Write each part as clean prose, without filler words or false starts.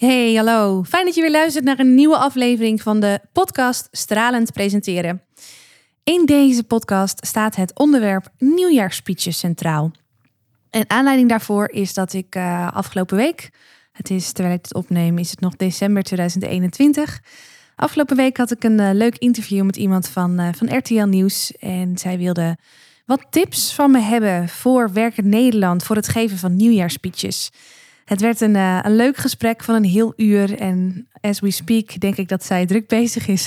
Hey, hallo. Fijn dat je weer luistert naar een nieuwe aflevering van de podcast Stralend Presenteren. In deze podcast staat het onderwerp nieuwjaarsspeeches centraal. En aanleiding daarvoor is dat ik afgelopen week, terwijl ik het opneem, is het nog december 2021. Afgelopen week had ik een leuk interview met iemand van RTL Nieuws. En zij wilde wat tips van me hebben voor Werkend Nederland, voor het geven van nieuwjaarsspeeches. Het werd een leuk gesprek van een heel uur. En as we speak denk ik dat zij druk bezig is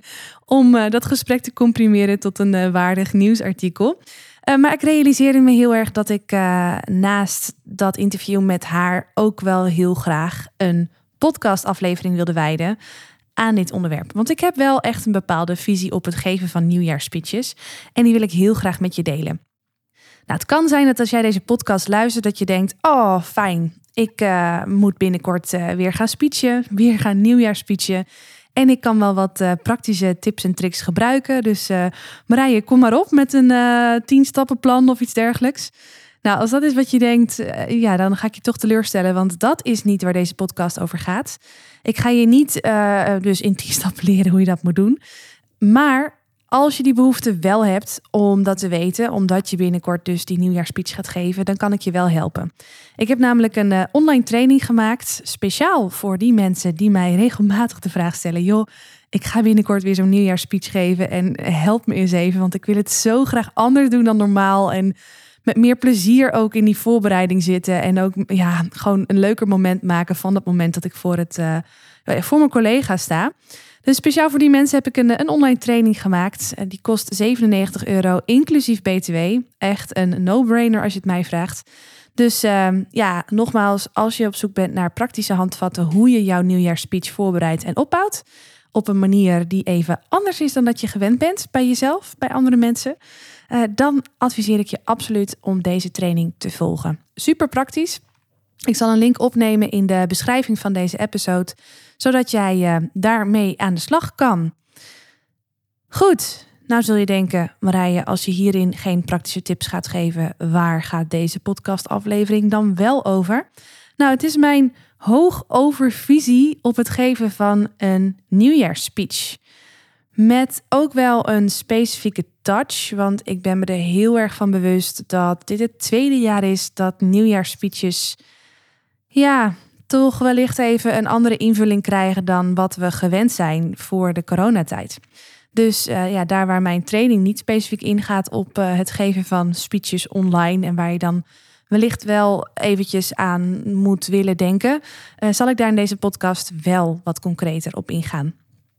om dat gesprek te comprimeren tot een waardig nieuwsartikel. Maar ik realiseerde me heel erg dat ik naast dat interview met haar ook wel heel graag een podcastaflevering wilde wijden aan dit onderwerp. Want ik heb wel echt een bepaalde visie op het geven van nieuwjaarsspeeches. En die wil ik heel graag met je delen. Nou, het kan zijn dat als jij deze podcast luistert dat je denkt, oh fijn, ik moet binnenkort weer gaan speechen, weer gaan nieuwjaarsspeechen. En ik kan wel wat praktische tips en tricks gebruiken. Dus Marije, kom maar op met een 10-stappenplan of iets dergelijks. Nou, als dat is wat je denkt, dan ga ik je toch teleurstellen. Want dat is niet waar deze podcast over gaat. Ik ga je niet dus in 10 stappen leren hoe je dat moet doen. Maar als je die behoefte wel hebt om dat te weten, omdat je binnenkort dus die nieuwjaarsspeech gaat geven, dan kan ik je wel helpen. Ik heb namelijk een online training gemaakt, speciaal voor die mensen die mij regelmatig de vraag stellen, joh, ik ga binnenkort weer zo'n nieuwjaarsspeech geven en help me eens even, want ik wil het zo graag anders doen dan normaal en met meer plezier ook in die voorbereiding zitten en ook gewoon een leuker moment maken van dat moment dat ik voor mijn collega sta. Dus speciaal voor die mensen heb ik een online training gemaakt. Die kost €97 inclusief BTW. Echt een no-brainer als je het mij vraagt. Dus nogmaals, als je op zoek bent naar praktische handvatten hoe je jouw nieuwjaarsspeech voorbereidt en opbouwt, op een manier die even anders is dan dat je gewend bent bij jezelf, bij andere mensen, dan adviseer ik je absoluut om deze training te volgen. Super praktisch. Ik zal een link opnemen in de beschrijving van deze episode, zodat jij daarmee aan de slag kan. Goed, nou zul je denken, Marije, als je hierin geen praktische tips gaat geven, waar gaat deze podcastaflevering dan wel over? Nou, het is mijn hoogovervisie op het geven van een nieuwjaarsspeech. Met ook wel een specifieke touch, want ik ben me er heel erg van bewust dat dit het 2e jaar is dat nieuwjaarsspeeches toch wellicht even een andere invulling krijgen dan wat we gewend zijn voor de coronatijd. Dus daar waar mijn training niet specifiek ingaat op het geven van speeches online en waar je dan wellicht wel eventjes aan moet willen denken, zal ik daar in deze podcast wel wat concreter op ingaan.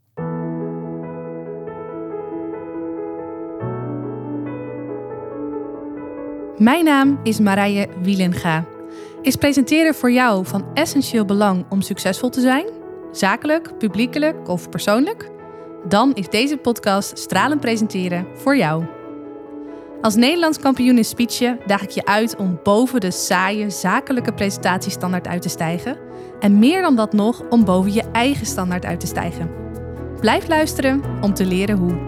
Mijn naam is Marije Wielenga. Is presenteren voor jou van essentieel belang om succesvol te zijn? Zakelijk, publiekelijk of persoonlijk? Dan is deze podcast Stralend Presenteren voor jou. Als Nederlands kampioen in speechen daag ik je uit om boven de saaie zakelijke presentatiestandaard uit te stijgen. En meer dan dat nog, om boven je eigen standaard uit te stijgen. Blijf luisteren om te leren hoe.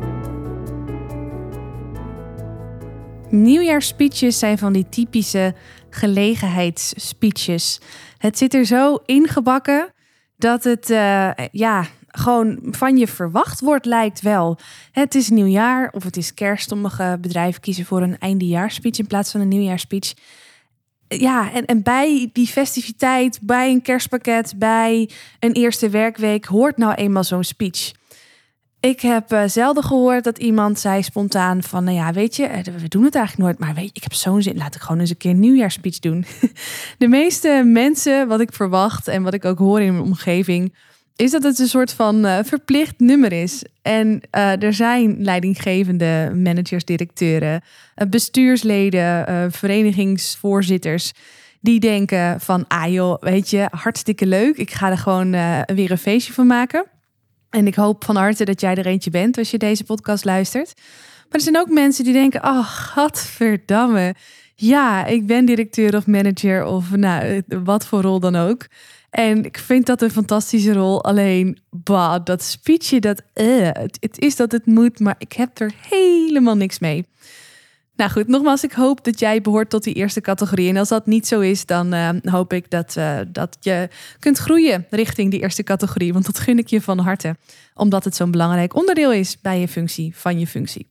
Nieuwjaarsspeeches zijn van die typische gelegenheidsspeeches. Het zit er zo ingebakken dat het gewoon van je verwacht wordt, lijkt wel. Het is nieuwjaar of het is kerst. Sommige bedrijven kiezen voor een eindejaarsspeech in plaats van een nieuwjaarsspeech. Ja, en bij die festiviteit, bij een kerstpakket, bij een eerste werkweek hoort nou eenmaal zo'n speech. Ik heb zelden gehoord dat iemand zei spontaan van, weet je, we doen het eigenlijk nooit, maar weet je, ik heb zo'n zin, laat ik gewoon eens een keer een nieuwjaarsspeech doen. De meeste mensen, wat ik verwacht en wat ik ook hoor in mijn omgeving, is dat het een soort van verplicht nummer is. En er zijn leidinggevende managers, directeuren, bestuursleden, verenigingsvoorzitters die denken van, weet je, hartstikke leuk, ik ga er gewoon weer een feestje van maken. En ik hoop van harte dat jij er eentje bent als je deze podcast luistert. Maar er zijn ook mensen die denken, gadverdamme. Ja, ik ben directeur of manager of wat voor rol dan ook. En ik vind dat een fantastische rol. Alleen, dat speechje, het is dat het moet, maar ik heb er helemaal niks mee. Nou goed, nogmaals, ik hoop dat jij behoort tot die eerste categorie. En als dat niet zo is, dan hoop ik dat je kunt groeien richting die eerste categorie. Want dat gun ik je van harte. Omdat het zo'n belangrijk onderdeel is bij je functie, van je functie.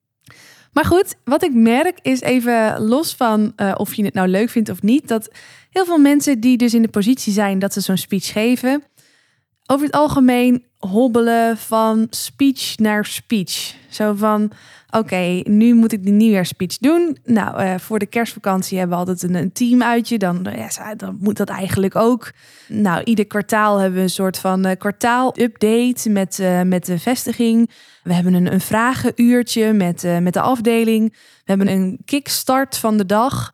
Maar goed, wat ik merk is even los van of je het nou leuk vindt of niet. Dat heel veel mensen die dus in de positie zijn dat ze zo'n speech geven, over het algemeen hobbelen van speech naar speech. Zo van, oké, nu moet ik die nieuwjaarsspeech doen. Nou, voor de kerstvakantie hebben we altijd een teamuitje. Dan moet dat eigenlijk ook. Nou, ieder kwartaal hebben we een soort van kwartaal-update met de vestiging. We hebben een vragenuurtje met de afdeling. We hebben een kickstart van de dag.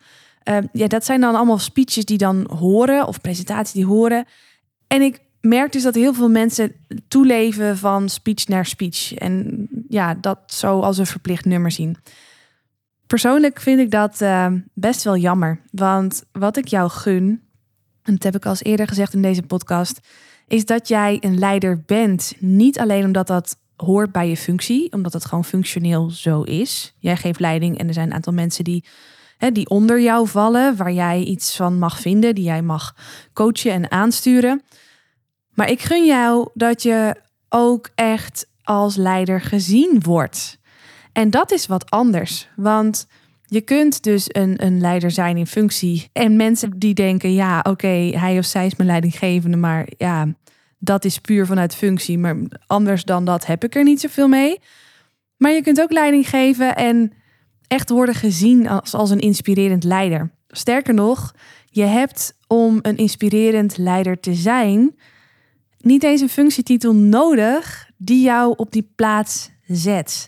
Dat zijn dan allemaal speeches die dan horen, of presentaties die horen. En ik merk dus dat heel veel mensen toeleven van speech naar speech. En ja, dat zo als een verplicht nummer zien. Persoonlijk vind ik dat best wel jammer. Want wat ik jou gun, en dat heb ik al eens eerder gezegd in deze podcast, is dat jij een leider bent. Niet alleen omdat dat hoort bij je functie, omdat het gewoon functioneel zo is. Jij geeft leiding en er zijn een aantal mensen die onder jou vallen, waar jij iets van mag vinden, die jij mag coachen en aansturen. Maar ik gun jou dat je ook echt als leider gezien wordt. En dat is wat anders. Want je kunt dus een leider zijn in functie. En mensen die denken, ja, oké, hij of zij is mijn leidinggevende, maar ja, dat is puur vanuit functie. Maar anders dan dat heb ik er niet zoveel mee. Maar je kunt ook leiding geven en echt worden gezien als een inspirerend leider. Sterker nog, je hebt om een inspirerend leider te zijn niet eens een functietitel nodig die jou op die plaats zet.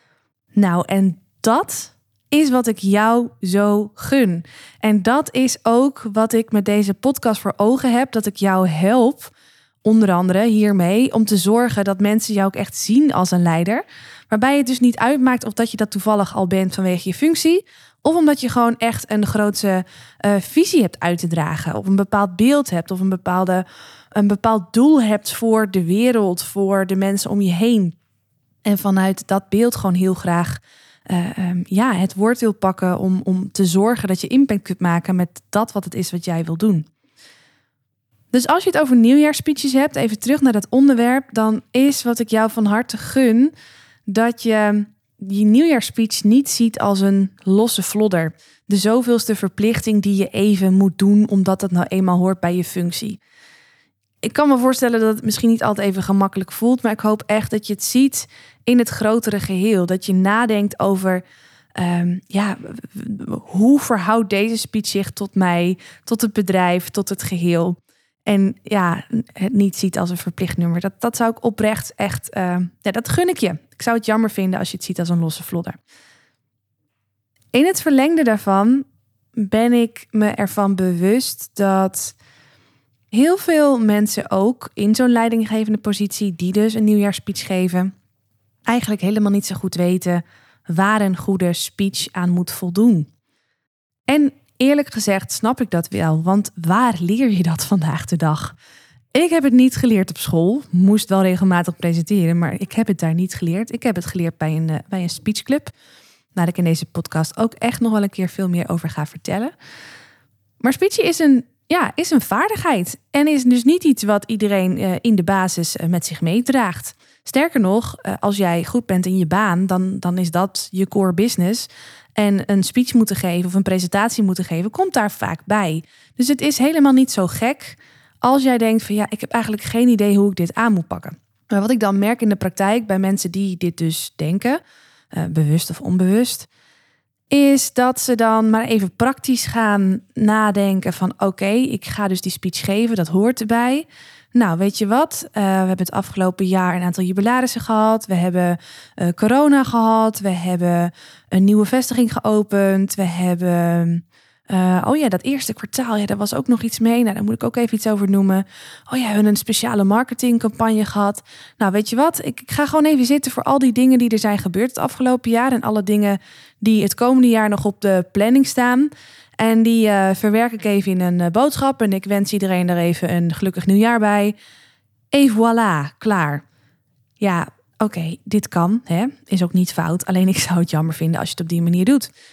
Nou, en dat is wat ik jou zo gun. En dat is ook wat ik met deze podcast voor ogen heb, dat ik jou help, onder andere hiermee, om te zorgen dat mensen jou ook echt zien als een leider. Waarbij het dus niet uitmaakt of dat je dat toevallig al bent vanwege je functie, of omdat je gewoon echt een grote visie hebt uit te dragen, of een bepaald beeld hebt, of een bepaald doel hebt voor de wereld, voor de mensen om je heen. En vanuit dat beeld gewoon heel graag het woord wil pakken om te zorgen dat je impact kunt maken met dat wat het is wat jij wil doen. Dus als je het over nieuwjaarsspeeches hebt, even terug naar dat onderwerp, dan is wat ik jou van harte gun dat je die nieuwjaarsspeech niet ziet als een losse vlodder. De zoveelste verplichting die je even moet doen, omdat het nou eenmaal hoort bij je functie. Ik kan me voorstellen dat het misschien niet altijd even gemakkelijk voelt, maar ik hoop echt dat je het ziet in het grotere geheel. Dat je nadenkt over, hoe verhoudt deze speech zich tot mij, tot het bedrijf, tot het geheel. En ja, het niet ziet als een verplicht nummer. Dat zou ik oprecht echt, dat gun ik je. Ik zou het jammer vinden als je het ziet als een losse vlodder. In het verlengde daarvan ben ik me ervan bewust dat heel veel mensen ook in zo'n leidinggevende positie, die dus een nieuwjaarsspeech geven, eigenlijk helemaal niet zo goed weten waar een goede speech aan moet voldoen. En eerlijk gezegd snap ik dat wel, want waar leer je dat vandaag de dag? Ik heb het niet geleerd op school, moest wel regelmatig presenteren, maar ik heb het daar niet geleerd. Ik heb het geleerd bij een speechclub, waar ik in deze podcast ook echt nog wel een keer veel meer over ga vertellen. Maar speechen is een vaardigheid en is dus niet iets wat iedereen in de basis met zich meedraagt. Sterker nog, als jij goed bent in je baan, dan is dat je core business. En een speech moeten geven of een presentatie moeten geven, komt daar vaak bij. Dus het is helemaal niet zo gek als jij denkt van ik heb eigenlijk geen idee hoe ik dit aan moet pakken. Maar wat ik dan merk in de praktijk bij mensen die dit dus denken, bewust of onbewust, is dat ze dan maar even praktisch gaan nadenken van oké, ik ga dus die speech geven, dat hoort erbij. Nou, weet je wat? We hebben het afgelopen jaar een aantal jubilarissen gehad. We hebben corona gehad. We hebben een nieuwe vestiging geopend. We hebben dat eerste kwartaal, daar was ook nog iets mee. Nou, daar moet ik ook even iets over noemen. We hebben een speciale marketingcampagne gehad. Nou, weet je wat? Ik ga gewoon even zitten voor al die dingen die er zijn gebeurd het afgelopen jaar en alle dingen die het komende jaar nog op de planning staan. En die verwerk ik even in een boodschap. En ik wens iedereen er even een gelukkig nieuwjaar bij. Et voilà, klaar. Ja, oké, dit kan. Is ook niet fout. Alleen ik zou het jammer vinden als je het op die manier doet.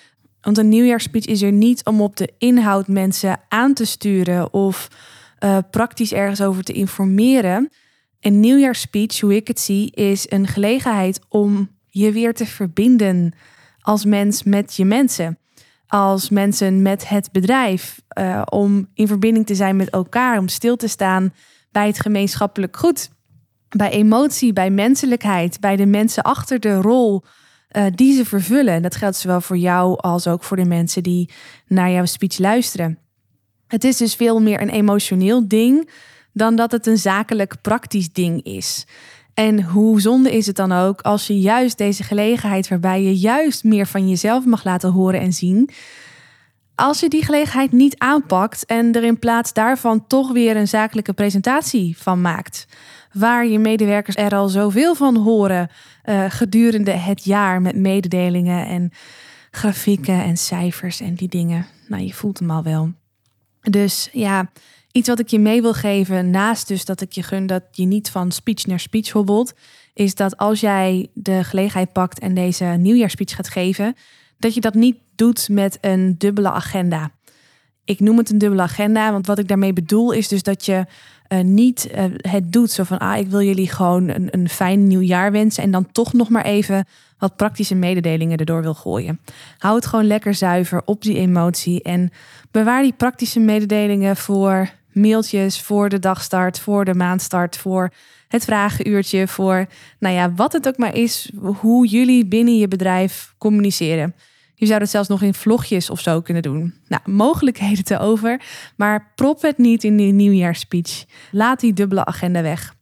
Want een nieuwjaarsspeech is er niet om op de inhoud mensen aan te sturen of praktisch ergens over te informeren. Een nieuwjaarsspeech, hoe ik het zie, is een gelegenheid om je weer te verbinden als mens met je mensen. Als mensen met het bedrijf. Om in verbinding te zijn met elkaar. Om stil te staan bij het gemeenschappelijk goed. Bij emotie, bij menselijkheid. Bij de mensen achter de rol die ze vervullen. Dat geldt zowel voor jou als ook voor de mensen die naar jouw speech luisteren. Het is dus veel meer een emotioneel ding dan dat het een zakelijk praktisch ding is. En hoe zonde is het dan ook als je juist deze gelegenheid waarbij je juist meer van jezelf mag laten horen en zien, als je die gelegenheid niet aanpakt en er in plaats daarvan toch weer een zakelijke presentatie van maakt, waar je medewerkers er al zoveel van horen gedurende het jaar met mededelingen en grafieken en cijfers en die dingen. Nou, je voelt hem al wel. Dus ja, iets wat ik je mee wil geven, naast dus dat ik je gun dat je niet van speech naar speech hobbelt, is dat als jij de gelegenheid pakt en deze nieuwjaarsspeech gaat geven, dat je dat niet doet met een dubbele agenda. Ik noem het een dubbele agenda, want wat ik daarmee bedoel is dus dat je niet het doet zo van, ik wil jullie gewoon een fijn nieuwjaar wensen en dan toch nog maar even wat praktische mededelingen erdoor wil gooien. Hou het gewoon lekker zuiver op die emotie en bewaar die praktische mededelingen voor mailtjes, voor de dagstart, voor de maandstart, voor het vragenuurtje, voor wat het ook maar is, hoe jullie binnen je bedrijf communiceren. Je zou het zelfs nog in vlogjes of zo kunnen doen. Nou, mogelijkheden te over, maar prop het niet in die nieuwjaarsspeech. Laat die dubbele agenda weg.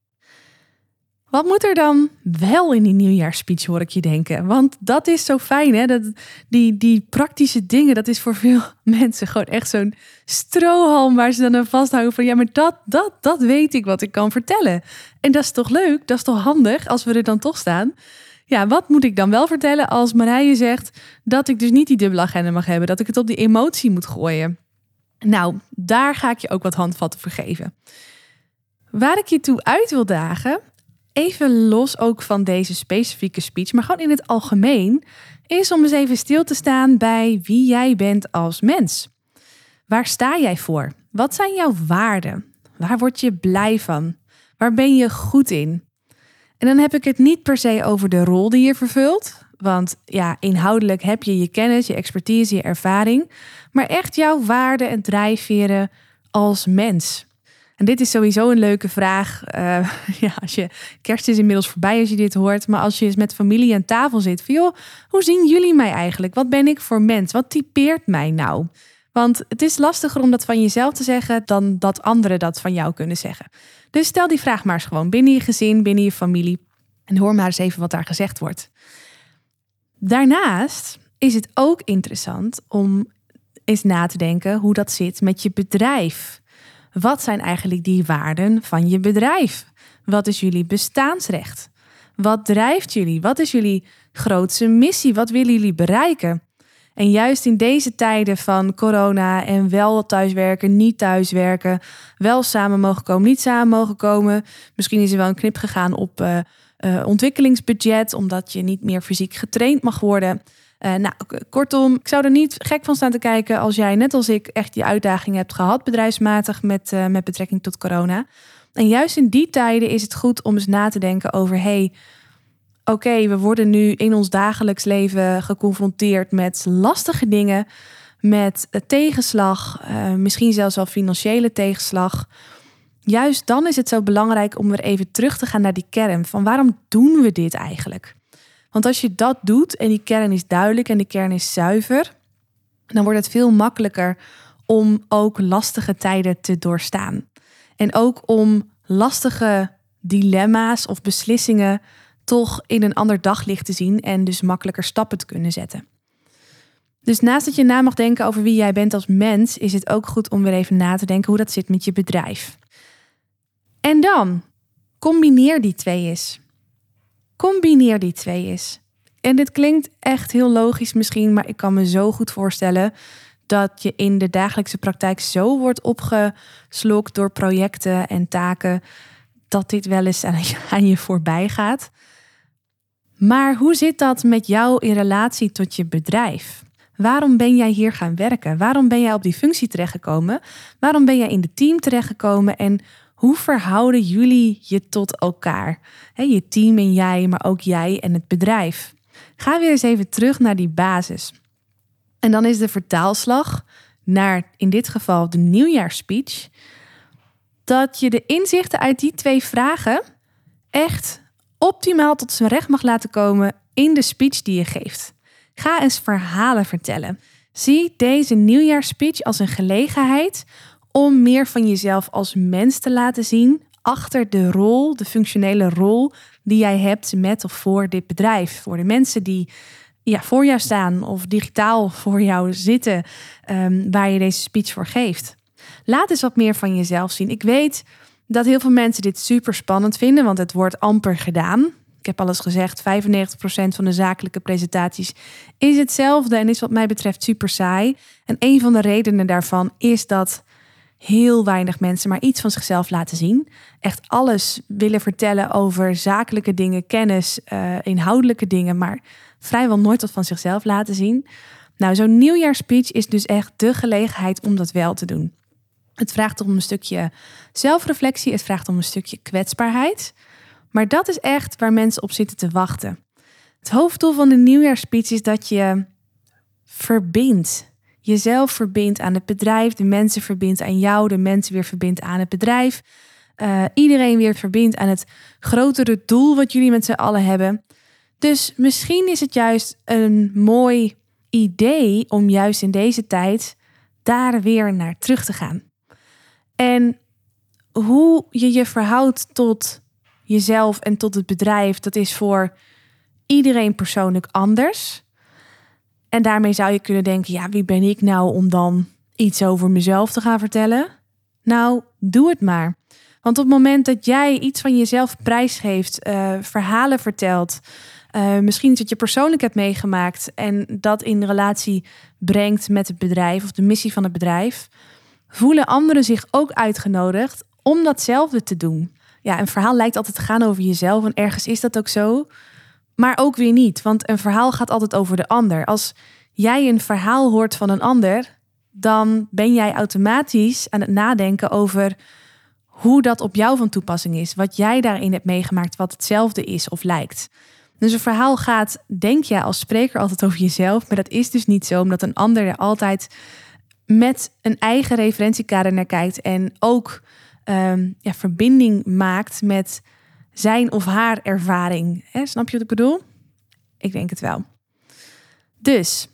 Wat moet er dan wel in die nieuwjaarsspeech, hoor ik je denken? Want dat is zo fijn, hè? Die praktische dingen, dat is voor veel mensen gewoon echt zo'n strohalm waar ze dan aan vasthouden van, ja, maar dat weet ik wat ik kan vertellen. En dat is toch leuk? Dat is toch handig als we er dan toch staan? Ja, wat moet ik dan wel vertellen als Marije zegt dat ik dus niet die dubbele agenda mag hebben, dat ik het op die emotie moet gooien? Nou, daar ga ik je ook wat handvatten voor geven. Waar ik je toe uit wil dagen, even los ook van deze specifieke speech, maar gewoon in het algemeen, is om eens even stil te staan bij wie jij bent als mens. Waar sta jij voor? Wat zijn jouw waarden? Waar word je blij van? Waar ben je goed in? En dan heb ik het niet per se over de rol die je vervult. Want ja, inhoudelijk heb je je kennis, je expertise, je ervaring. Maar echt jouw waarden en drijfveren als mens. En dit is sowieso een leuke vraag. Kerst is inmiddels voorbij als je dit hoort. Maar als je eens met familie aan tafel zit. Van joh, hoe zien jullie mij eigenlijk? Wat ben ik voor mens? Wat typeert mij nou? Want het is lastiger om dat van jezelf te zeggen dan dat anderen dat van jou kunnen zeggen. Dus stel die vraag maar eens gewoon binnen je gezin, binnen je familie. En hoor maar eens even wat daar gezegd wordt. Daarnaast is het ook interessant om eens na te denken hoe dat zit met je bedrijf. Wat zijn eigenlijk die waarden van je bedrijf? Wat is jullie bestaansrecht? Wat drijft jullie? Wat is jullie grootste missie? Wat willen jullie bereiken? En juist in deze tijden van corona en wel thuiswerken, niet thuiswerken, wel samen mogen komen, niet samen mogen komen. Misschien is er wel een knip gegaan op ontwikkelingsbudget, omdat je niet meer fysiek getraind mag worden. Kortom, ik zou er niet gek van staan te kijken als jij, net als ik, echt die uitdaging hebt gehad bedrijfsmatig met betrekking tot corona. En juist in die tijden is het goed om eens na te denken over, Oké, we worden nu in ons dagelijks leven geconfronteerd met lastige dingen, met tegenslag, misschien zelfs wel financiële tegenslag. Juist dan is het zo belangrijk om weer even terug te gaan naar die kern van waarom doen we dit eigenlijk? Want als je dat doet en die kern is duidelijk en die kern is zuiver, dan wordt het veel makkelijker om ook lastige tijden te doorstaan. En ook om lastige dilemma's of beslissingen toch in een ander daglicht te zien en dus makkelijker stappen te kunnen zetten. Dus naast dat je na mag denken over wie jij bent als mens, is het ook goed om weer even na te denken hoe dat zit met je bedrijf. En dan, combineer die twee eens. Combineer die twee eens. En dit klinkt echt heel logisch misschien, maar ik kan me zo goed voorstellen dat je in de dagelijkse praktijk zo wordt opgeslokt door projecten en taken, dat dit wel eens aan je voorbij gaat. Maar hoe zit dat met jou in relatie tot je bedrijf? Waarom ben jij hier gaan werken? Waarom ben jij op die functie terechtgekomen? Waarom ben jij in het team terechtgekomen? En hoe verhouden jullie je tot elkaar? Je team en jij, maar ook jij en het bedrijf. Ga weer eens even terug naar die basis. En dan is de vertaalslag naar, in dit geval, de nieuwjaarsspeech, dat je de inzichten uit die 2 vragen echt optimaal tot zijn recht mag laten komen in de speech die je geeft. Ga eens verhalen vertellen. Zie deze nieuwjaarsspeech als een gelegenheid om meer van jezelf als mens te laten zien achter de rol, de functionele rol die jij hebt met of voor dit bedrijf. Voor de mensen die voor jou staan of digitaal voor jou zitten, waar je deze speech voor geeft. Laat eens wat meer van jezelf zien. Ik weet dat heel veel mensen dit super spannend vinden, want het wordt amper gedaan. Ik heb al eens gezegd, 95% van de zakelijke presentaties is hetzelfde en is wat mij betreft super saai. En een van de redenen daarvan is dat heel weinig mensen maar iets van zichzelf laten zien. Echt alles willen vertellen over zakelijke dingen, kennis, inhoudelijke dingen, maar vrijwel nooit wat van zichzelf laten zien. Nou, zo'n nieuwjaarsspeech is dus echt de gelegenheid om dat wel te doen. Het vraagt om een stukje zelfreflectie, het vraagt om een stukje kwetsbaarheid. Maar dat is echt waar mensen op zitten te wachten. Het hoofddoel van de nieuwjaarsspeech is dat je verbindt. Jezelf verbindt aan het bedrijf, de mensen verbindt aan jou, de mensen weer verbindt aan het bedrijf. Iedereen weer verbindt aan het grotere doel wat jullie met z'n allen hebben. Dus misschien is het juist een mooi idee om juist in deze tijd daar weer naar terug te gaan. En hoe je je verhoudt tot jezelf en tot het bedrijf, dat is voor iedereen persoonlijk anders. En daarmee zou je kunnen denken, ja, wie ben ik nou om dan iets over mezelf te gaan vertellen? Nou, doe het maar. Want op het moment dat jij iets van jezelf prijsgeeft, verhalen vertelt, misschien iets wat je persoonlijk hebt meegemaakt en dat in relatie brengt met het bedrijf of de missie van het bedrijf, voelen anderen zich ook uitgenodigd om datzelfde te doen. Ja, een verhaal lijkt altijd te gaan over jezelf en ergens is dat ook zo, maar ook weer niet. Want een verhaal gaat altijd over de ander. Als jij een verhaal hoort van een ander, dan ben jij automatisch aan het nadenken over hoe dat op jou van toepassing is. Wat jij daarin hebt meegemaakt, wat hetzelfde is of lijkt. Dus een verhaal gaat, denk jij als spreker, altijd over jezelf. Maar dat is dus niet zo, omdat een ander er altijd met een eigen referentiekader naar kijkt. En ook verbinding maakt met zijn of haar ervaring. Snap je wat ik bedoel? Ik denk het wel. Dus,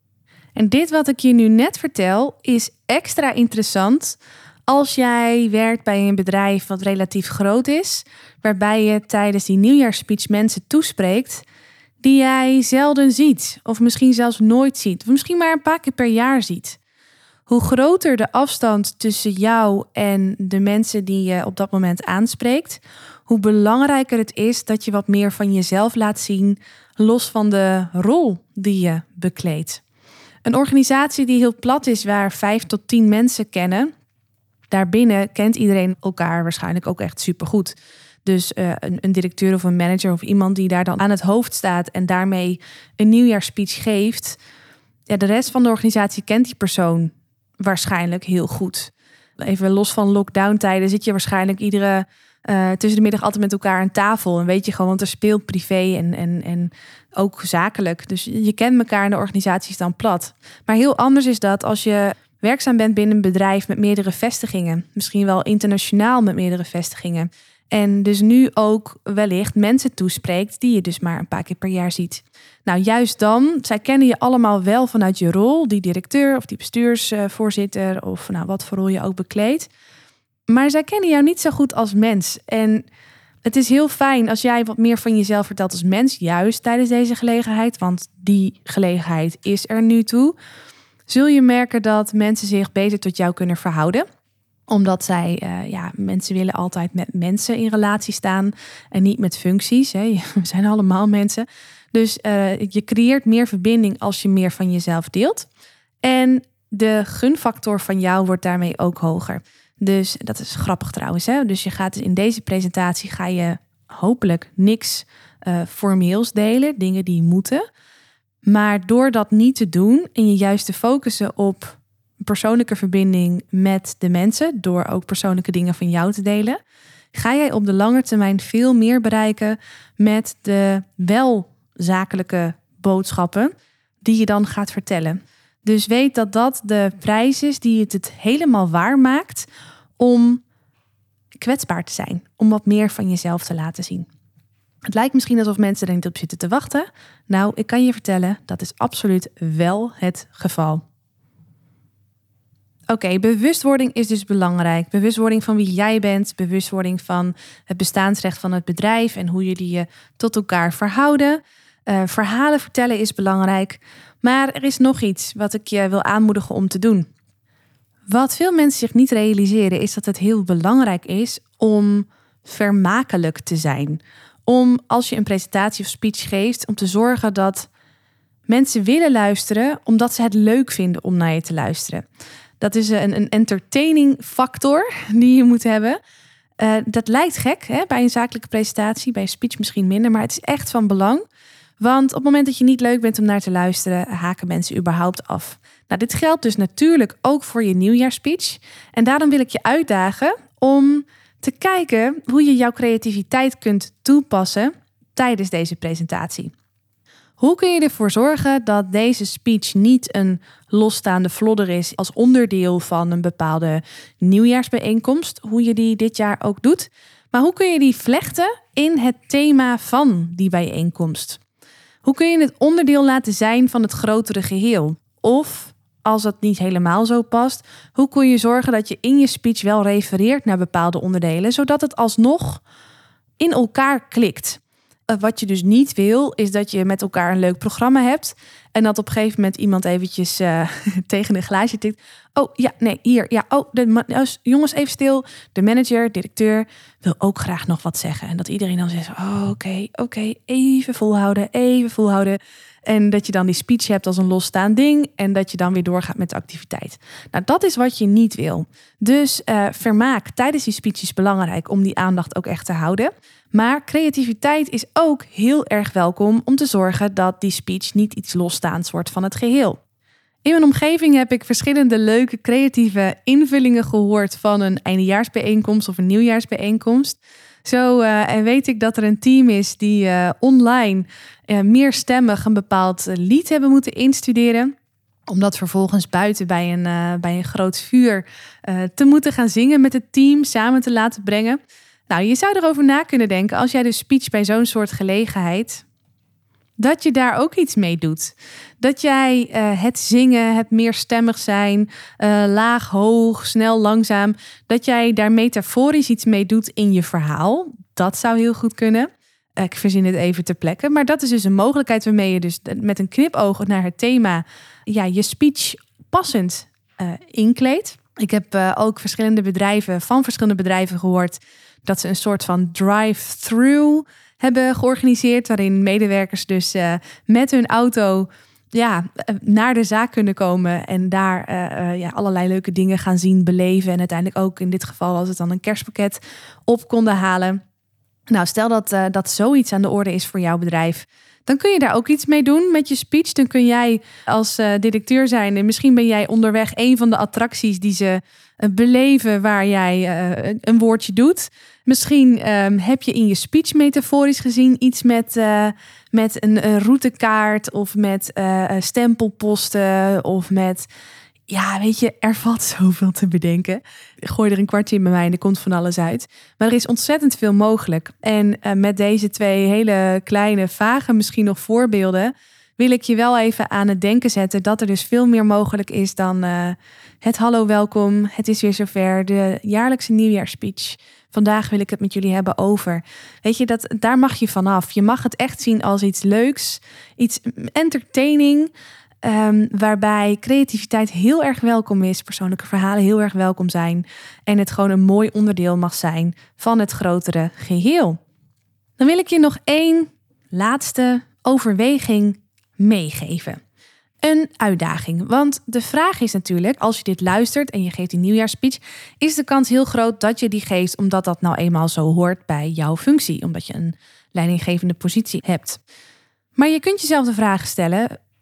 en dit wat ik je nu net vertel is extra interessant als jij werkt bij een bedrijf wat relatief groot is, waarbij je tijdens die nieuwjaarsspeech mensen toespreekt die jij zelden ziet, of misschien zelfs nooit ziet, of misschien maar een paar keer per jaar ziet. Hoe groter de afstand tussen jou en de mensen die je op dat moment aanspreekt, hoe belangrijker het is dat je wat meer van jezelf laat zien, los van de rol die je bekleedt. Een organisatie die heel plat is, waar 5 tot 10 mensen kennen, daarbinnen kent iedereen elkaar waarschijnlijk ook echt supergoed. Dus een directeur of een manager of iemand die daar dan aan het hoofd staat en daarmee een nieuwjaarsspeech geeft. Ja, de rest van de organisatie kent die persoon waarschijnlijk heel goed. Even los van lockdown-tijden zit je waarschijnlijk tussen de middag altijd met elkaar aan tafel. En weet je gewoon, want er speelt privé en ook zakelijk. Dus je kent elkaar en de organisatie is dan plat. Maar heel anders is dat als je werkzaam bent binnen een bedrijf met meerdere vestigingen. Misschien wel internationaal met meerdere vestigingen. En dus nu ook wellicht mensen toespreekt die je dus maar een paar keer per jaar ziet. Nou, juist dan, zij kennen je allemaal wel vanuit je rol, die directeur of die bestuursvoorzitter of nou, wat voor rol je ook bekleedt. Maar zij kennen jou niet zo goed als mens. En het is heel fijn als jij wat meer van jezelf vertelt als mens, juist tijdens deze gelegenheid. Want die gelegenheid is er nu toe. Zul je merken dat mensen zich beter tot jou kunnen verhouden. Omdat zij, mensen willen altijd met mensen in relatie staan en niet met functies. Hè. We zijn allemaal mensen. Dus je creëert meer verbinding als je meer van jezelf deelt. En de gunfactor van jou wordt daarmee ook hoger. Dus dat is grappig trouwens. Hè? Dus je gaat in deze presentatie hopelijk niks formeels delen. Dingen die moeten. Maar door dat niet te doen en je juist te focussen op persoonlijke verbinding met de mensen, door ook persoonlijke dingen van jou te delen, ga jij op de lange termijn veel meer bereiken met de wel zakelijke boodschappen die je dan gaat vertellen. Dus weet dat dat de prijs is die het helemaal waar maakt om kwetsbaar te zijn, om wat meer van jezelf te laten zien. Het lijkt misschien alsof mensen er niet op zitten te wachten. Nou, ik kan je vertellen, dat is absoluut wel het geval. Oké, bewustwording is dus belangrijk. Bewustwording van wie jij bent, bewustwording van het bestaansrecht van het bedrijf en hoe jullie je tot elkaar verhouden. Verhalen vertellen is belangrijk. Maar er is nog iets wat ik je wil aanmoedigen om te doen. Wat veel mensen zich niet realiseren is dat het heel belangrijk is om vermakelijk te zijn. Om als je een presentatie of speech geeft, om te zorgen dat mensen willen luisteren omdat ze het leuk vinden om naar je te luisteren. Dat is een entertaining factor die je moet hebben. Dat lijkt gek hè, bij een zakelijke presentatie, bij een speech misschien minder, maar het is echt van belang. Want op het moment dat je niet leuk bent om naar te luisteren, haken mensen überhaupt af. Nou, dit geldt dus natuurlijk ook voor je nieuwjaarspeech. En daarom wil ik je uitdagen om te kijken hoe je jouw creativiteit kunt toepassen tijdens deze presentatie. Hoe kun je ervoor zorgen dat deze speech niet een losstaande vlodder is als onderdeel van een bepaalde nieuwjaarsbijeenkomst, hoe je die dit jaar ook doet, maar hoe kun je die vlechten in het thema van die bijeenkomst? Hoe kun je het onderdeel laten zijn van het grotere geheel? Of, als dat niet helemaal zo past, hoe kun je zorgen dat je in je speech wel refereert naar bepaalde onderdelen, zodat het alsnog in elkaar klikt? Wat je dus niet wil, is dat je met elkaar een leuk programma hebt en dat op een gegeven moment iemand eventjes tegen een glaasje tikt. Oh ja, nee, hier. Ja, jongens, even stil. De manager, directeur wil ook graag nog wat zeggen. En dat iedereen dan zegt, oké, even volhouden. En dat je dan die speech hebt als een losstaand ding en dat je dan weer doorgaat met de activiteit. Nou, dat is wat je niet wil. Dus vermaak tijdens die speech is belangrijk om die aandacht ook echt te houden. Maar creativiteit is ook heel erg welkom om te zorgen dat die speech niet iets losstaands wordt van het geheel. In mijn omgeving heb ik verschillende leuke creatieve invullingen gehoord van een eindejaarsbijeenkomst of een nieuwjaarsbijeenkomst. Zo weet ik dat er een team is die online meerstemmig een bepaald lied hebben moeten instuderen. Om dat vervolgens buiten bij een groot vuur te moeten gaan zingen met het team, samen te laten brengen. Nou, je zou erover na kunnen denken als jij dus speech bij zo'n soort gelegenheid, dat je daar ook iets mee doet. Dat jij het zingen, het meerstemmig zijn, laag, hoog, snel, langzaam, dat jij daar metaforisch iets mee doet in je verhaal. Dat zou heel goed kunnen. Ik verzin het even ter plekke. Maar dat is dus een mogelijkheid waarmee je dus met een knipoog naar het thema je speech passend inkleedt. Ik heb ook verschillende bedrijven gehoord dat ze een soort van drive-thru hebben georganiseerd, waarin medewerkers dus met hun auto naar de zaak kunnen komen en daar allerlei leuke dingen gaan zien, beleven en uiteindelijk ook in dit geval was het dan een kerstpakket op konden halen. Nou, stel dat zoiets aan de orde is voor jouw bedrijf, dan kun je daar ook iets mee doen met je speech. Dan kun jij als directeur zijn en misschien ben jij onderweg een van de attracties die ze beleven waar jij een woordje doet. Misschien heb je in je speech metaforisch gezien iets met een routekaart of met stempelposten of met, er valt zoveel te bedenken. Gooi er een kwartje in bij mij en er komt van alles uit. Maar er is ontzettend veel mogelijk. En met deze 2 hele kleine, vage misschien nog voorbeelden wil ik je wel even aan het denken zetten dat er dus veel meer mogelijk is dan het hallo welkom. Het is weer zover, de jaarlijkse nieuwjaarspeech. Vandaag wil ik het met jullie hebben over. Weet je, daar mag je vanaf. Je mag het echt zien als iets leuks, iets entertaining, waarbij creativiteit heel erg welkom is, persoonlijke verhalen heel erg welkom zijn en het gewoon een mooi onderdeel mag zijn van het grotere geheel. Dan wil ik je nog 1 laatste overweging meegeven. Een uitdaging. Want de vraag is natuurlijk, als je dit luistert en je geeft een nieuwjaarspeech, is de kans heel groot dat je die geeft omdat dat nou eenmaal zo hoort bij jouw functie, omdat je een leidinggevende positie hebt. Maar je kunt jezelf de vraag stellen,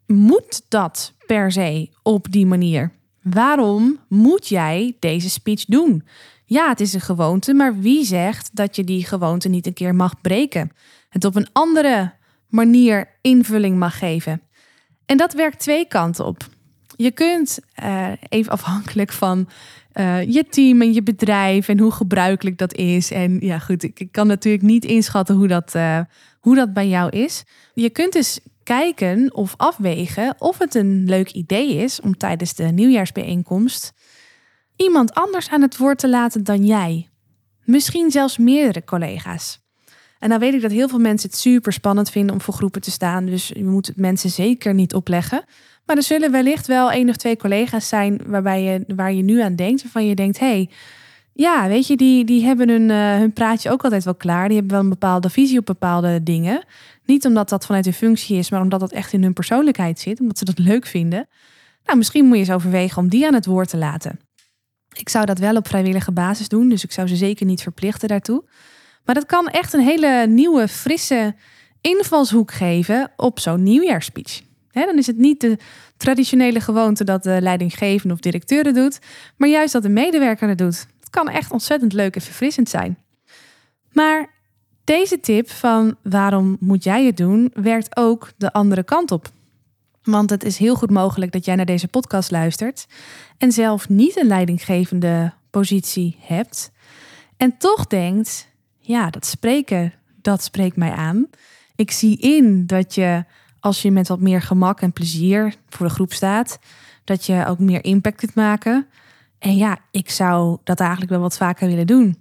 moet dat per se op die manier? Waarom moet jij deze speech doen? Ja, het is een gewoonte, maar wie zegt dat je die gewoonte niet een keer mag breken? Het op een andere manier invulling mag geven. En dat werkt twee kanten op. Je kunt, even afhankelijk van je team en je bedrijf en hoe gebruikelijk dat is. En ja goed, ik kan natuurlijk niet inschatten hoe dat bij jou is. Je kunt dus kijken of afwegen of het een leuk idee is om tijdens de nieuwjaarsbijeenkomst iemand anders aan het woord te laten dan jij. Misschien zelfs meerdere collega's. En nou weet ik dat heel veel mensen het super spannend vinden om voor groepen te staan. Dus je moet het mensen zeker niet opleggen. Maar er zullen wellicht wel 1 of 2 collega's zijn waar je nu aan denkt. Waarvan je denkt, ja, weet je, die hebben hun praatje ook altijd wel klaar. Die hebben wel een bepaalde visie op bepaalde dingen. Niet omdat dat vanuit hun functie is, maar omdat dat echt in hun persoonlijkheid zit. Omdat ze dat leuk vinden. Nou, misschien moet je eens overwegen om die aan het woord te laten. Ik zou dat wel op vrijwillige basis doen. Dus ik zou ze zeker niet verplichten daartoe. Maar dat kan echt een hele nieuwe, frisse invalshoek geven op zo'n nieuwjaarsspeech. Dan is het niet de traditionele gewoonte dat de leidinggevende of directeur het doet, maar juist dat de medewerker het doet. Het kan echt ontzettend leuk en verfrissend zijn. Maar deze tip van waarom moet jij het doen, werkt ook de andere kant op. Want het is heel goed mogelijk dat jij naar deze podcast luistert en zelf niet een leidinggevende positie hebt en toch denkt, ja, dat spreekt mij aan. Ik zie in dat je, als je met wat meer gemak en plezier voor de groep staat, dat je ook meer impact kunt maken. En ja, ik zou dat eigenlijk wel wat vaker willen doen.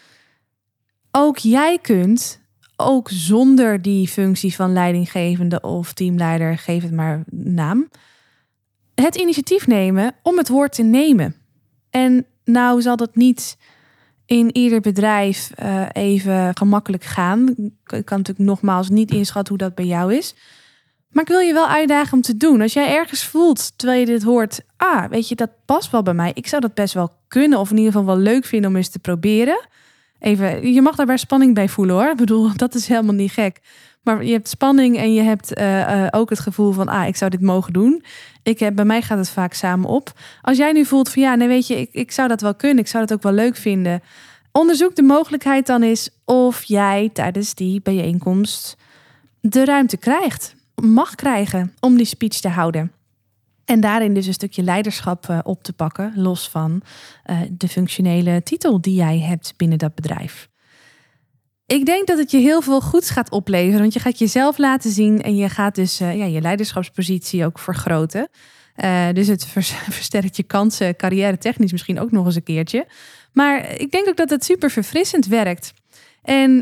Ook jij kunt, ook zonder die functie van leidinggevende of teamleider, geef het maar naam, het initiatief nemen om het woord te nemen. En nou zal dat niet in ieder bedrijf even gemakkelijk gaan. Ik kan natuurlijk nogmaals niet inschatten hoe dat bij jou is. Maar ik wil je wel uitdagen om te doen. Als jij ergens voelt, terwijl je dit hoort, weet je, dat past wel bij mij. Ik zou dat best wel kunnen of in ieder geval wel leuk vinden om eens te proberen. Even, je mag daarbij spanning bij voelen hoor. Ik bedoel, dat is helemaal niet gek. Maar je hebt spanning en je hebt ook het gevoel van, ik zou dit mogen doen. Bij mij gaat het vaak samen op. Als jij nu voelt van, nee weet je, ik zou dat wel kunnen. Ik zou dat ook wel leuk vinden. Onderzoek de mogelijkheid dan eens of jij tijdens die bijeenkomst de ruimte mag krijgen om die speech te houden. En daarin dus een stukje leiderschap op te pakken, los van de functionele titel die jij hebt binnen dat bedrijf. Ik denk dat het je heel veel goeds gaat opleveren, want je gaat jezelf laten zien en je gaat dus je leiderschapspositie ook vergroten. Dus het versterkt je kansen, carrière technisch misschien ook nog eens een keertje. Maar ik denk ook dat het super verfrissend werkt. En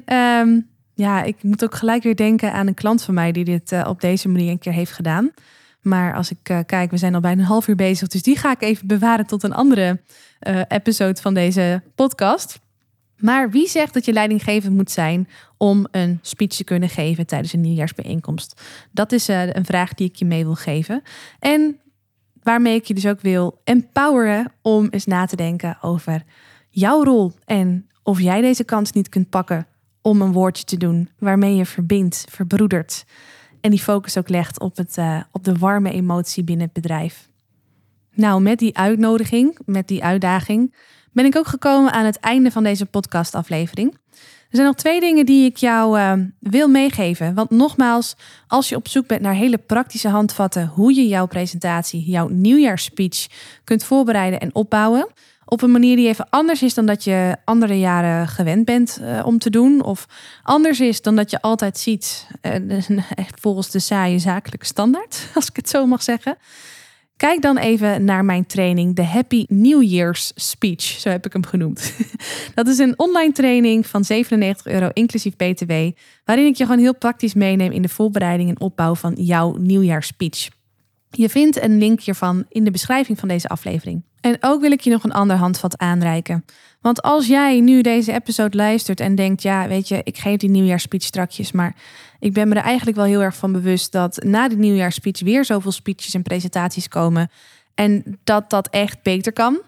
ik moet ook gelijk weer denken aan een klant van mij die dit op deze manier een keer heeft gedaan. Maar als ik kijk, we zijn al bijna een half uur bezig, dus die ga ik even bewaren tot een andere episode van deze podcast. Maar wie zegt dat je leidinggevend moet zijn om een speech te kunnen geven tijdens een nieuwjaarsbijeenkomst? Dat is een vraag die ik je mee wil geven. En waarmee ik je dus ook wil empoweren om eens na te denken over jouw rol. En of jij deze kans niet kunt pakken om een woordje te doen waarmee je verbindt, verbroedert. En die focus ook legt op de warme emotie binnen het bedrijf. Nou, met die uitnodiging, met die uitdaging, ben ik ook gekomen aan het einde van deze podcastaflevering. Er zijn nog 2 dingen die ik jou wil meegeven. Want nogmaals, als je op zoek bent naar hele praktische handvatten hoe je jouw presentatie, jouw nieuwjaarsspeech kunt voorbereiden en opbouwen, op een manier die even anders is dan dat je andere jaren gewend bent om te doen. Of anders is dan dat je altijd ziet, echt volgens de saaie zakelijke standaard, als ik het zo mag zeggen. Kijk dan even naar mijn training, de Happy New Year's Speech, zo heb ik hem genoemd. Dat is een online training van €97 inclusief BTW, waarin ik je gewoon heel praktisch meeneem in de voorbereiding en opbouw van jouw nieuwjaarsspeech. Je vindt een link hiervan in de beschrijving van deze aflevering. En ook wil ik je nog een ander handvat aanreiken. Want als jij nu deze episode luistert en denkt, ja, weet je, ik geef die nieuwjaarsspeech strakjes, maar ik ben me er eigenlijk wel heel erg van bewust dat na de nieuwjaarsspeech weer zoveel speeches en presentaties komen en dat echt beter kan.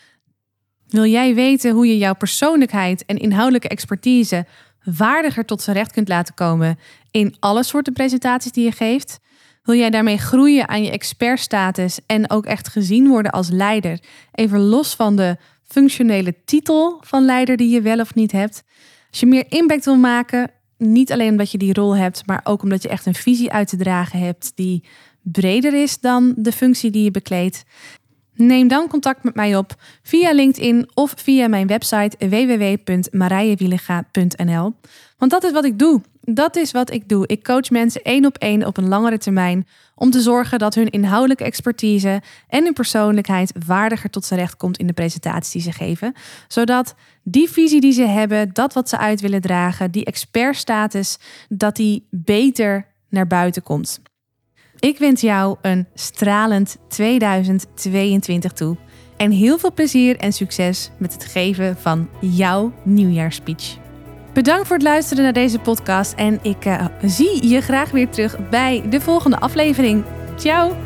Wil jij weten hoe je jouw persoonlijkheid en inhoudelijke expertise waardiger tot zijn recht kunt laten komen in alle soorten presentaties die je geeft? Wil jij daarmee groeien aan je expertstatus en ook echt gezien worden als leider? Even los van de functionele titel van leider die je wel of niet hebt. Als je meer impact wil maken, niet alleen omdat je die rol hebt, maar ook omdat je echt een visie uit te dragen hebt die breder is dan de functie die je bekleedt. Neem dan contact met mij op via LinkedIn of via mijn website www.marijewielinga.nl. Want dat is wat ik doe. Ik coach mensen 1 op 1 op een langere termijn om te zorgen dat hun inhoudelijke expertise en hun persoonlijkheid waardiger tot z'n recht komt in de presentaties die ze geven. Zodat die visie die ze hebben, dat wat ze uit willen dragen, die expertstatus, dat die beter naar buiten komt. Ik wens jou een stralend 2022 toe. En heel veel plezier en succes met het geven van jouw nieuwjaarsspeech. Bedankt voor het luisteren naar deze podcast. En ik zie je graag weer terug bij de volgende aflevering. Ciao!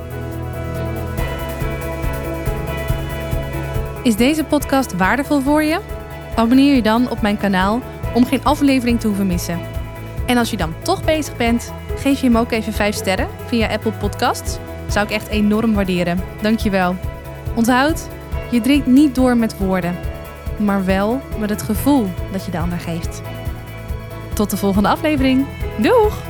Is deze podcast waardevol voor je? Abonneer je dan op mijn kanaal om geen aflevering te hoeven missen. En als je dan toch bezig bent, geef je hem ook even 5 sterren via Apple Podcasts. Zou ik echt enorm waarderen. Dankjewel. Onthoud, je drinkt niet door met woorden, maar wel met het gevoel dat je de ander geeft. Tot de volgende aflevering. Doeg!